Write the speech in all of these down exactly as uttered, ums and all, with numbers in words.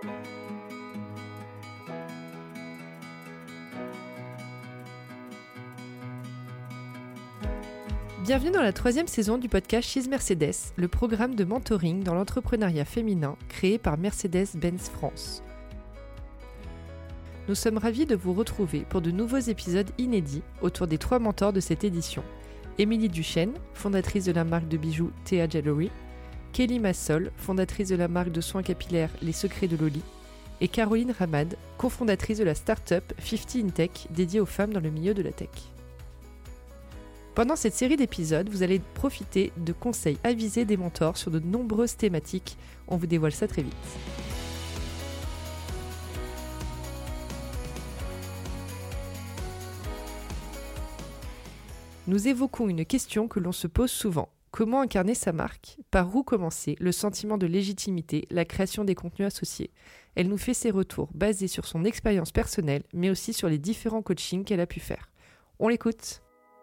Bienvenue dans la troisième saison du podcast She's Mercedes, le programme de mentoring dans l'entrepreneuriat féminin créé par Mercedes-Benz France. Nous sommes ravis de vous retrouver pour de nouveaux épisodes inédits autour des trois mentors de cette édition. Émilie Duchesne, fondatrice de la marque de bijoux Thea Jewelry, Kelly Massol, fondatrice de la marque de soins capillaires Les Secrets de Loli, et Caroline Ramad, cofondatrice de la start-up cinquante in Tech dédiée aux femmes dans le milieu de la tech. Pendant cette série d'épisodes, vous allez profiter de conseils avisés des mentors sur de nombreuses thématiques. On vous dévoile ça très vite. Nous évoquons une question que l'on se pose souvent. Comment incarner sa marque ? Par où commencer ? Le sentiment de légitimité, la création des contenus associés. Elle nous fait ses retours basés sur son expérience personnelle, mais aussi sur les différents coachings qu'elle a pu faire. On l'écoute.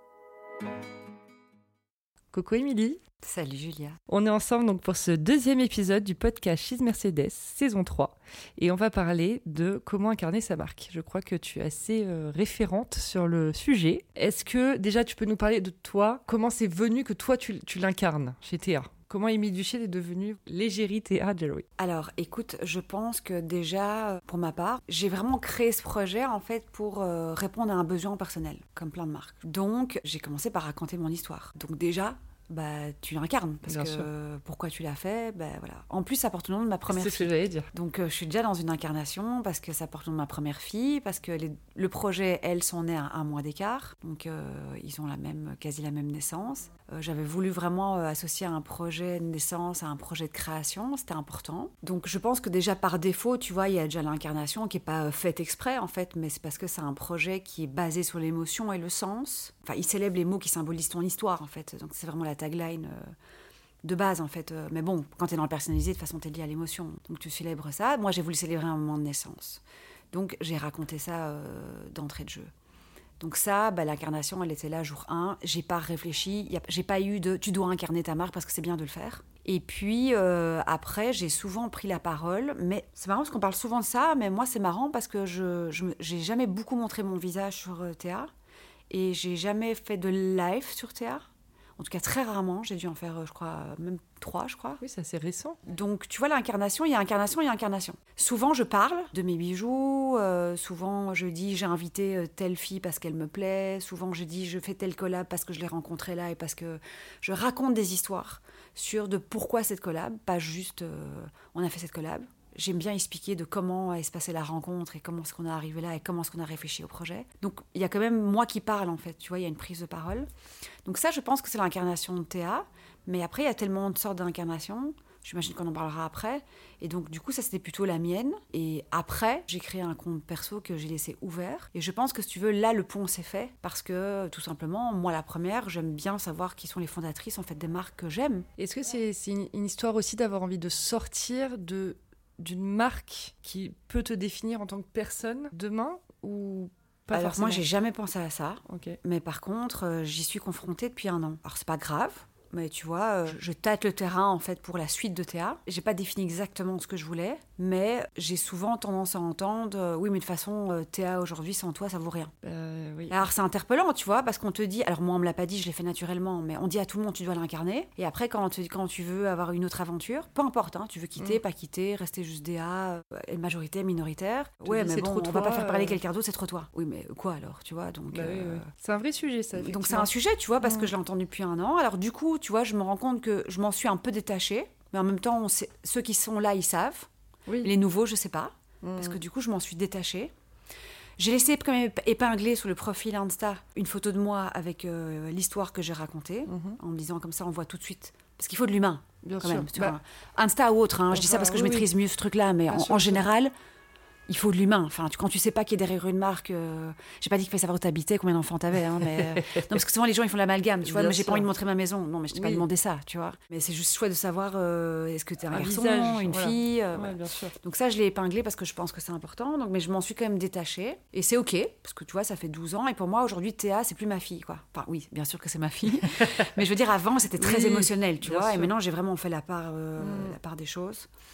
Coucou Émilie. Salut Julia. On est ensemble donc pour ce deuxième épisode du podcast She's Mercedes, saison trois. Et on va parler de comment incarner sa marque. Je crois que tu es assez euh, référente sur le sujet. Est-ce que déjà tu peux nous parler de toi ? Comment c'est venu que toi tu, tu l'incarnes chez Thea ? Comment Émilie Duchesne est devenue l'égérie Thea Jewelry ? Alors, écoute, je pense que déjà, pour ma part, j'ai vraiment créé ce projet en fait pour euh, répondre à un besoin personnel, comme plein de marques. Donc, j'ai commencé par raconter mon histoire. Donc déjà, bah, tu l'incarnes, parce Bien que sûr. euh, pourquoi tu l'as fait, bah, voilà. En plus, ça porte le nom de ma première C'est fille. ce que j'allais dire. Donc, euh, je suis déjà dans une incarnation, parce que ça porte le nom de ma première fille, parce que les, le projet, elles, sont nées à un mois d'écart. Donc, euh, ils ont la même, quasi la même naissance. Euh, j'avais voulu vraiment euh, associer un projet de naissance à un projet de création, c'était important. Donc je pense que déjà par défaut, tu vois, il y a déjà l'incarnation qui n'est pas euh, faite exprès en fait, mais c'est parce que c'est un projet qui est basé sur l'émotion et le sens. Enfin, il célèbre les mots qui symbolisent ton histoire en fait, donc c'est vraiment la tagline euh, de base en fait. Euh, mais bon, quand tu es dans le personnalisé, de toute façon tu es lié à l'émotion, donc tu célèbres ça. Moi j'ai voulu célébrer un moment de naissance, donc j'ai raconté ça euh, d'entrée de jeu. Donc ça, bah, l'incarnation, elle était là jour un. J'ai pas réfléchi, y a, j'ai pas eu de « tu dois incarner ta marque parce que c'est bien de le faire ». Et puis euh, après, j'ai souvent pris la parole. Mais c'est marrant parce qu'on parle souvent de ça, mais moi c'est marrant parce que je, je j'ai jamais beaucoup montré mon visage sur euh, Thea. Et j'ai jamais fait de live sur Thea. En tout cas, très rarement. J'ai dû en faire, je crois, même trois, je crois. Oui, c'est assez récent. Donc, tu vois, l'incarnation, il y a incarnation, il y a incarnation. Souvent, je parle de mes bijoux. Euh, souvent, je dis, j'ai invité telle fille parce qu'elle me plaît. Souvent, je dis, je fais tel collab parce que je l'ai rencontrée là et parce que je raconte des histoires sur de pourquoi cette collab, pas juste, euh, on a fait cette collab. J'aime bien expliquer de comment est-ce passée la rencontre et comment est-ce qu'on est arrivé là et comment est-ce qu'on a réfléchi au projet. Donc, il y a quand même moi qui parle, en fait. Tu vois, il y a une prise de parole. Donc ça, je pense que c'est l'incarnation de Thea. Mais après, il y a tellement de sortes d'incarnations. J'imagine qu'on en parlera après. Et donc, du coup, ça, c'était plutôt la mienne. Et après, j'ai créé un compte perso que j'ai laissé ouvert. Et je pense que, si tu veux, là, le pont s'est fait. Parce que, tout simplement, moi, la première, j'aime bien savoir qui sont les fondatrices, en fait, des marques que j'aime. Est-ce que c'est, c'est une, une histoire aussi d'avoir envie de sortir de... d'une marque qui peut te définir en tant que personne demain ou pas Alors forcément. moi, j'ai jamais pensé à ça. Okay. Mais par contre, euh, j'y suis confrontée depuis un an. Alors c'est pas grave. Mais tu vois, euh, je, je tâte le terrain en fait pour la suite de Thea. J'ai pas défini exactement ce que je voulais, mais j'ai souvent tendance à entendre euh, oui, mais de toute façon, euh, Thea aujourd'hui sans toi, ça vaut rien. Euh, oui. Alors c'est interpellant, tu vois, parce qu'on te dit, alors moi on me l'a pas dit, je l'ai fait naturellement, mais on dit à tout le monde tu dois l'incarner. Et après quand, te, quand tu veux avoir une autre aventure, peu importe, hein, tu veux quitter, mmh. pas quitter, rester juste D A, euh, majorité, minoritaire. Tu ouais, dis, mais c'est bon, trop on toi, va pas faire parler euh... quelqu'un d'autre, c'est trop toi. Oui, mais quoi alors, tu vois, donc. Bah, euh... oui, oui. C'est un vrai sujet ça. Donc c'est un sujet, tu vois, parce mmh. que je l'ai entendu depuis un an. Alors du coup, tu vois, je me rends compte que je m'en suis un peu détachée, mais en même temps, on sait, ceux qui sont là, ils savent. Oui. Les nouveaux, je sais pas, mmh. parce que du coup, je m'en suis détachée. J'ai laissé quand même épingler sur le profil Insta une photo de moi avec euh, l'histoire que j'ai racontée, mmh. en me disant comme ça, on voit tout de suite. Parce qu'il faut de l'humain, bien quand sûr. même. Tu bah, vois. Insta ou autre, hein, enfin, je dis ça parce que oui, je maîtrise oui. mieux ce truc-là, mais en, sûr, en général... Il faut de l'humain. Enfin, tu, quand tu sais pas qui est derrière une marque, euh, j'ai pas dit qu'il fallait savoir où t'habitais, combien d'enfants t'avais, hein, mais euh, non, parce que souvent les gens ils font l'amalgame, tu vois. Bien Mais j'ai sûr. pas envie de montrer ma maison. Non, mais je t'ai oui. pas demandé ça, tu vois. Mais c'est juste chouette de savoir euh, est-ce que t'es un, un garçon, visage, une voilà. fille. Euh, ouais, voilà. bien sûr. Donc ça, je l'ai épinglé parce que je pense que c'est important. Donc, mais je m'en suis quand même détachée et c'est ok parce que tu vois, ça fait douze ans et pour moi aujourd'hui, Théa, c'est plus ma fille, quoi. Enfin, oui, bien sûr que c'est ma fille, mais je veux dire avant, c'était très oui, émotionnel, tu vois. sûr. Et maintenant, j'ai vraiment fait la part, euh, mm. la part des choses.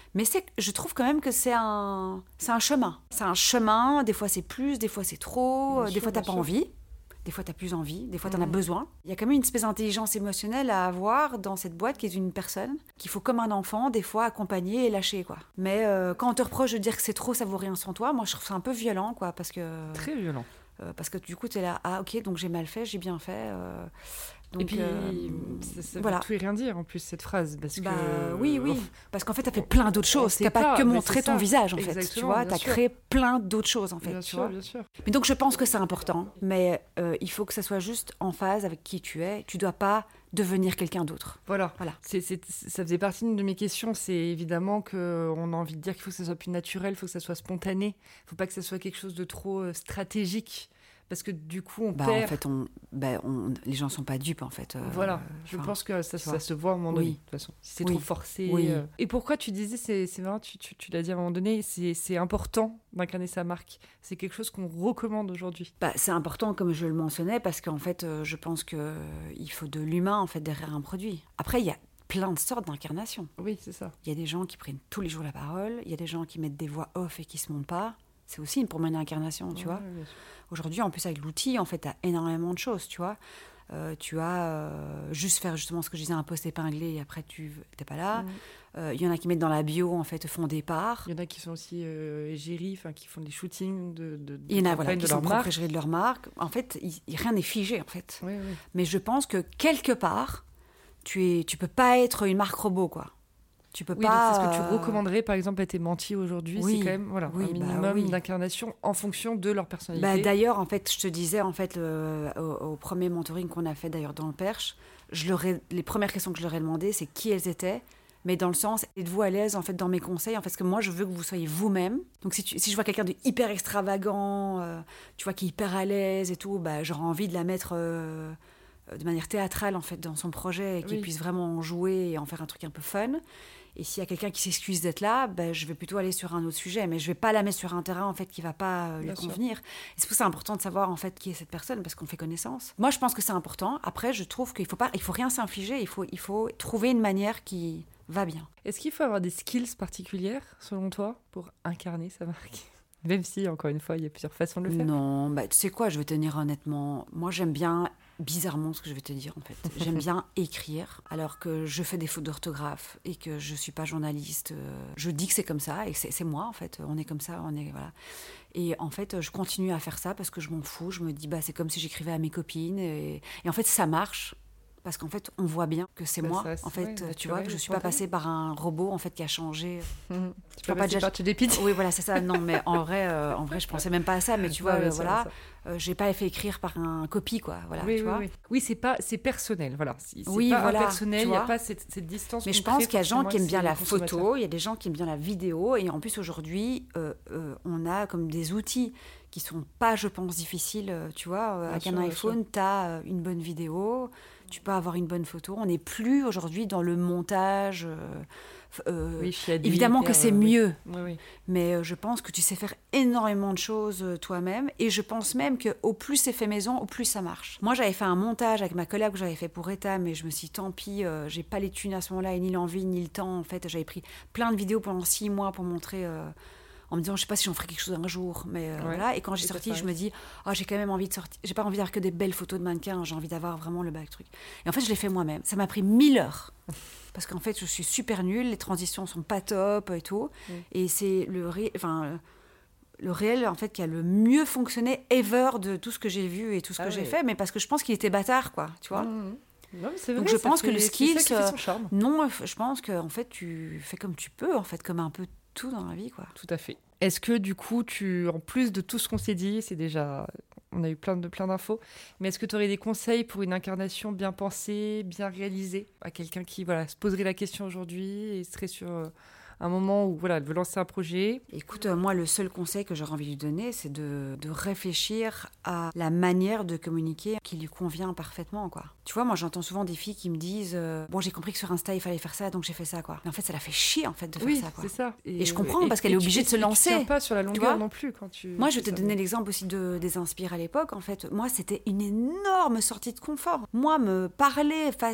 Mais c'est, je trouve quand même que c'est un, c'est un chemin. C'est un chemin, des fois c'est plus, des fois c'est trop, Bien des sûr, fois t'as bien pas sûr. envie, des fois t'as plus envie, des fois t'en as Mhm. besoin. Il y a quand même une espèce d'intelligence émotionnelle à avoir dans cette boîte qui est une personne, qu'il faut comme un enfant, des fois accompagner et lâcher, quoi. Mais euh, quand on te reproche de dire que c'est trop, ça vaut rien sans toi, moi je trouve ça un peu violent, quoi, parce que... Très violent. Euh, parce que du coup, tu es là, ah ok, donc j'ai mal fait, j'ai bien fait. euh, donc, Et puis, euh, ça, ça voilà. veut tout et rien dire en plus, cette phrase. Parce Bah que... oui, oui. Parce qu'en fait, tu as fait plein d'autres on choses. sait Tu n'as pas, pas, que mais montré c'est ton ça. visage, en fait. Tu Exactement, vois, bien tu as sûr. créé plein d'autres choses, en fait. Bien tu sûr, vois. bien sûr. Mais donc, je pense que c'est important. Mais euh, il faut que ça soit juste en phase avec qui tu es. Tu dois pas devenir quelqu'un d'autre. Voilà. Voilà. C'est, c'est, ça faisait partie de mes questions. C'est évidemment qu'on a envie de dire qu'il faut que ça soit plus naturel, il faut que ça soit spontané. Il ne faut pas que ça soit quelque chose de trop euh, stratégique. Parce que du coup, on Bah, perd... en fait, on, bah, on, les gens sont pas dupes, en fait. Euh, Voilà, je enfin, pense que ça, tu ça vois. se voit à un moment donné, Oui. de toute façon. Si c'est Oui. trop forcé. Oui. euh. Et pourquoi tu disais, c'est, c'est marrant, tu, tu, tu l'as dit à un moment donné, c'est, c'est important d'incarner sa marque. C'est quelque chose qu'on recommande aujourd'hui. Bah, c'est important, comme je le mentionnais, parce qu'en fait, euh, je pense qu'il euh, faut de l'humain, en fait, derrière un produit. Après, il y a plein de sortes d'incarnations. Oui, c'est ça. Il y a des gens qui prennent tous les jours la parole, il y a des gens qui mettent des voix off et qui se montent pas. C'est aussi pour moi une incarnation, tu Ouais, vois. ouais, bien sûr. Aujourd'hui, en plus, avec l'outil, en fait, tu as énormément de choses, tu vois. Euh, tu as euh, juste faire justement ce que je disais, un post épinglé et après tu n'es pas là. Mhm. Euh, Il y en a qui mettent dans la bio, en fait, fond départ. Il y en a qui sont aussi euh, égéries, enfin qui font des shootings de, de, de Il y en a voilà, campagnes qui de sont leur marque. propriétaires de leur marque. En fait, il, il- rien n'est figé, en fait. Oui, oui. Mais je pense que quelque part, tu es, tu peux pas être une marque robot, quoi. Tu peux Oui, pas. donc c'est ce que tu euh, recommanderais, par exemple, à tes mentis aujourd'hui. Oui, c'est quand même voilà, oui, un bah minimum oui. d'incarnation en fonction de leur personnalité. Bah, d'ailleurs, en fait, je te disais, en fait, euh, au, au premier mentoring qu'on a fait d'ailleurs dans le Perche, je leur ai- les premières questions que je leur ai demandées, c'est qui elles étaient, mais dans le sens, êtes-vous à l'aise en fait dans mes conseils, en fait, parce que moi, je veux que vous soyez vous-même. Donc, si, tu- si je vois quelqu'un de hyper extravagant, euh, tu vois, qui est hyper à l'aise et tout, bah, j'aurais envie de la mettre euh, de manière théâtrale en fait dans son projet et qu'il Oui. puisse vraiment en jouer et en faire un truc un peu fun. Et s'il y a quelqu'un qui s'excuse d'être là, ben, je vais plutôt aller sur un autre sujet. Mais je ne vais pas la mettre sur un terrain en fait, qui ne va pas euh, lui Bien sûr. convenir. Et c'est pour ça important de savoir en fait, qui est cette personne, parce qu'on fait connaissance. Moi, je pense que c'est important. Après, je trouve qu'il ne faut, pas, il faut rien s'infliger. Il faut, il faut trouver une manière qui va bien. Est-ce qu'il faut avoir des skills particulières, selon toi, pour incarner sa marque? Même si, encore une fois, il y a plusieurs façons de le faire. Non, bah, tu sais quoi, je vais te dire honnêtement. Moi, j'aime bien, bizarrement, ce que je vais te dire en fait. J'aime bien écrire, alors que je fais des fautes d'orthographe et que je suis pas journaliste. euh, Je dis que c'est comme ça et que c'est c'est moi en fait. On est comme ça, on est voilà. Et en fait, je continue à faire ça parce que je m'en fous. Je me dis, bah, c'est comme si j'écrivais à mes copines. Et, et en fait, ça marche. Parce qu'en fait, on voit bien que c'est Bah, moi. ça, c'est- En fait, ouais, tu naturel, vois, que je suis pas spontané. passée par un robot en fait qui a changé. Mhm. Tu peux peux pas pas déjà- par ChatGPT. Oui, voilà, c'est ça. Non, mais en vrai, euh, en vrai, je pensais même pas à ça. Mais tu vois, Ouais, bien euh, sûr, voilà, bien sûr. euh, j'ai pas fait écrire par un copie, quoi. Voilà, oui, tu oui, vois. oui. Oui, c'est pas, c'est personnel, voilà. C'est c'est Oui, pas voilà, impersonnel, tu il n'y a vois. pas cette, cette distance. Mais qu'on je pense crée qu'il y a des gens forcément qui aiment avec bien ses la consommateurs. photo, il y a des gens qui aiment bien la vidéo, et en plus aujourd'hui, euh, euh, on a comme des outils qui sont pas, je pense, difficiles. euh, Tu vois, euh, Bien avec sûr, un bien iPhone, tu as une bonne vidéo, tu peux avoir une bonne photo. On n'est plus aujourd'hui dans le montage. euh, f- euh, Oui, fiat évidemment hyper, que c'est euh, oui. mieux, Oui, oui. mais euh, je pense que tu sais faire énormément de choses euh, toi-même, et je pense même qu'au plus c'est fait maison, au plus ça marche. Moi, j'avais fait un montage avec ma collègue que j'avais fait pour Etam, mais je me suis dit, tant pis, euh, j'ai pas les thunes à ce moment-là, et ni l'envie, ni le temps. En fait, j'avais pris plein de vidéos pendant six mois pour montrer, euh, en me disant, je sais pas si j'en ferai quelque chose un jour, mais euh, Ouais. voilà. Et quand j'ai Et sorti, t'as je fait. me dis, oh, j'ai quand même envie de sortir, j'ai pas envie d'avoir que des belles photos de mannequins, j'ai envie d'avoir vraiment le bac truc. Et en fait, je l'ai fait moi-même. Ça m'a pris mille heures. Parce qu'en fait, je suis super nulle, les transitions sont pas top et tout. Mm. Et c'est le, ré... enfin, euh, le réel, en fait, qui a le mieux fonctionné ever de tout ce que j'ai vu et tout ce Ah que j'ai ouais. fait, mais parce que je pense qu'il était bâtard, quoi, tu vois. Mhm. Non, mais c'est Donc vrai, je ça pense que fait- le c'est ça skills, qui fait son charme. Non, euh, je pense que en fait, tu fais comme tu peux, en fait, comme un peu tout dans la vie, quoi. Tout à fait. Est-ce que du coup, tu, en plus de tout ce qu'on s'est dit, c'est déjà, on a eu plein de plein d'infos, mais est-ce que tu aurais des conseils pour une incarnation bien pensée, bien réalisée, à quelqu'un qui voilà se poserait la question aujourd'hui et serait sur euh, un moment où voilà, elle veut lancer un projet? Écoute, euh, moi, le seul conseil que j'aurais envie de lui donner, c'est de, de réfléchir à la manière de communiquer qui lui convient parfaitement, quoi. Tu vois, moi, j'entends souvent des filles qui me disent euh, bon, j'ai compris que sur Insta, il fallait faire ça, donc j'ai fait ça, quoi. Mais en fait, ça la fait chier, en fait, de Oui, faire ça, quoi. c'est ça. Et je comprends, parce qu'elle est tu- obligée de se et tu lancer. tiens pas sur la vois longueur non plus quand tu. Moi, je vais fais te ça. donner l'exemple aussi de, des Inspire à l'époque. En fait, moi, c'était une énorme sortie de confort. Moi, me parler, fa-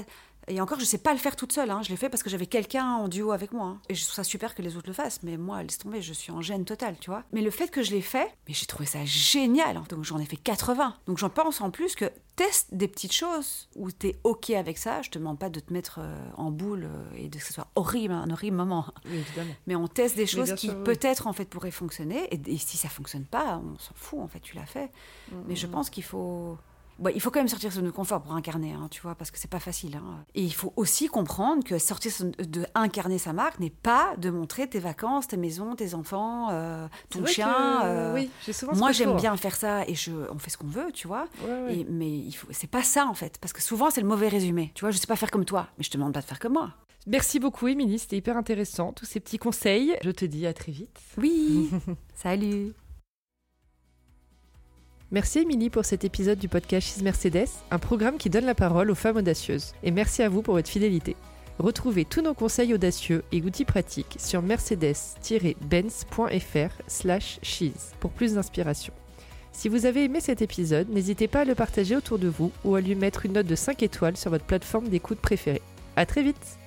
Et encore, je sais pas le faire toute seule. Hein. Je l'ai fait parce que j'avais quelqu'un en duo avec moi. Hein. Et je trouve ça super que les autres le fassent. Mais moi, laisse tomber, je suis en gêne totale, tu vois. Mais le fait que je l'ai fait, mais j'ai trouvé ça génial. Hein. Donc j'en ai fait quatre-vingts. Donc j'en pense en plus que teste des petites choses où t'es OK avec ça. Je te demande pas de te mettre euh, en boule euh, et de que ce soit horrible, un horrible moment. Oui, évidemment. Mais on teste des choses qui sûr, oui. peut-être en fait pourraient fonctionner. Et, et si ça fonctionne pas, on s'en fout. En fait, tu l'as fait. Mmh. Mais je pense qu'il faut... Bon, il faut quand même sortir de notre confort pour incarner, hein, tu vois, parce que c'est pas facile. Hein. Et il faut aussi comprendre que sortir de incarner sa marque n'est pas de montrer tes vacances, tes maisons, tes enfants, euh, ton chien. Que, euh, oui, j'ai souvent moi, ce j'aime retour. bien faire ça et je, on fait ce qu'on veut, tu vois. Ouais, ouais. Et, mais il faut, c'est pas ça en fait, parce que souvent c'est le mauvais résumé. Tu vois, je sais pas faire comme toi, mais je te demande pas de faire comme moi. Merci beaucoup, Émilie, c'était hyper intéressant, tous ces petits conseils. Je te dis à très vite. Oui, salut. Merci Émilie pour cet épisode du podcast She's Mercedes, un programme qui donne la parole aux femmes audacieuses. Et merci à vous pour votre fidélité. Retrouvez tous nos conseils audacieux et outils pratiques sur mercedes tiret benz point f r slash she's pour plus d'inspiration. Si vous avez aimé cet épisode, n'hésitez pas à le partager autour de vous ou à lui mettre une note de cinq étoiles sur votre plateforme d'écoute préférée. À très vite!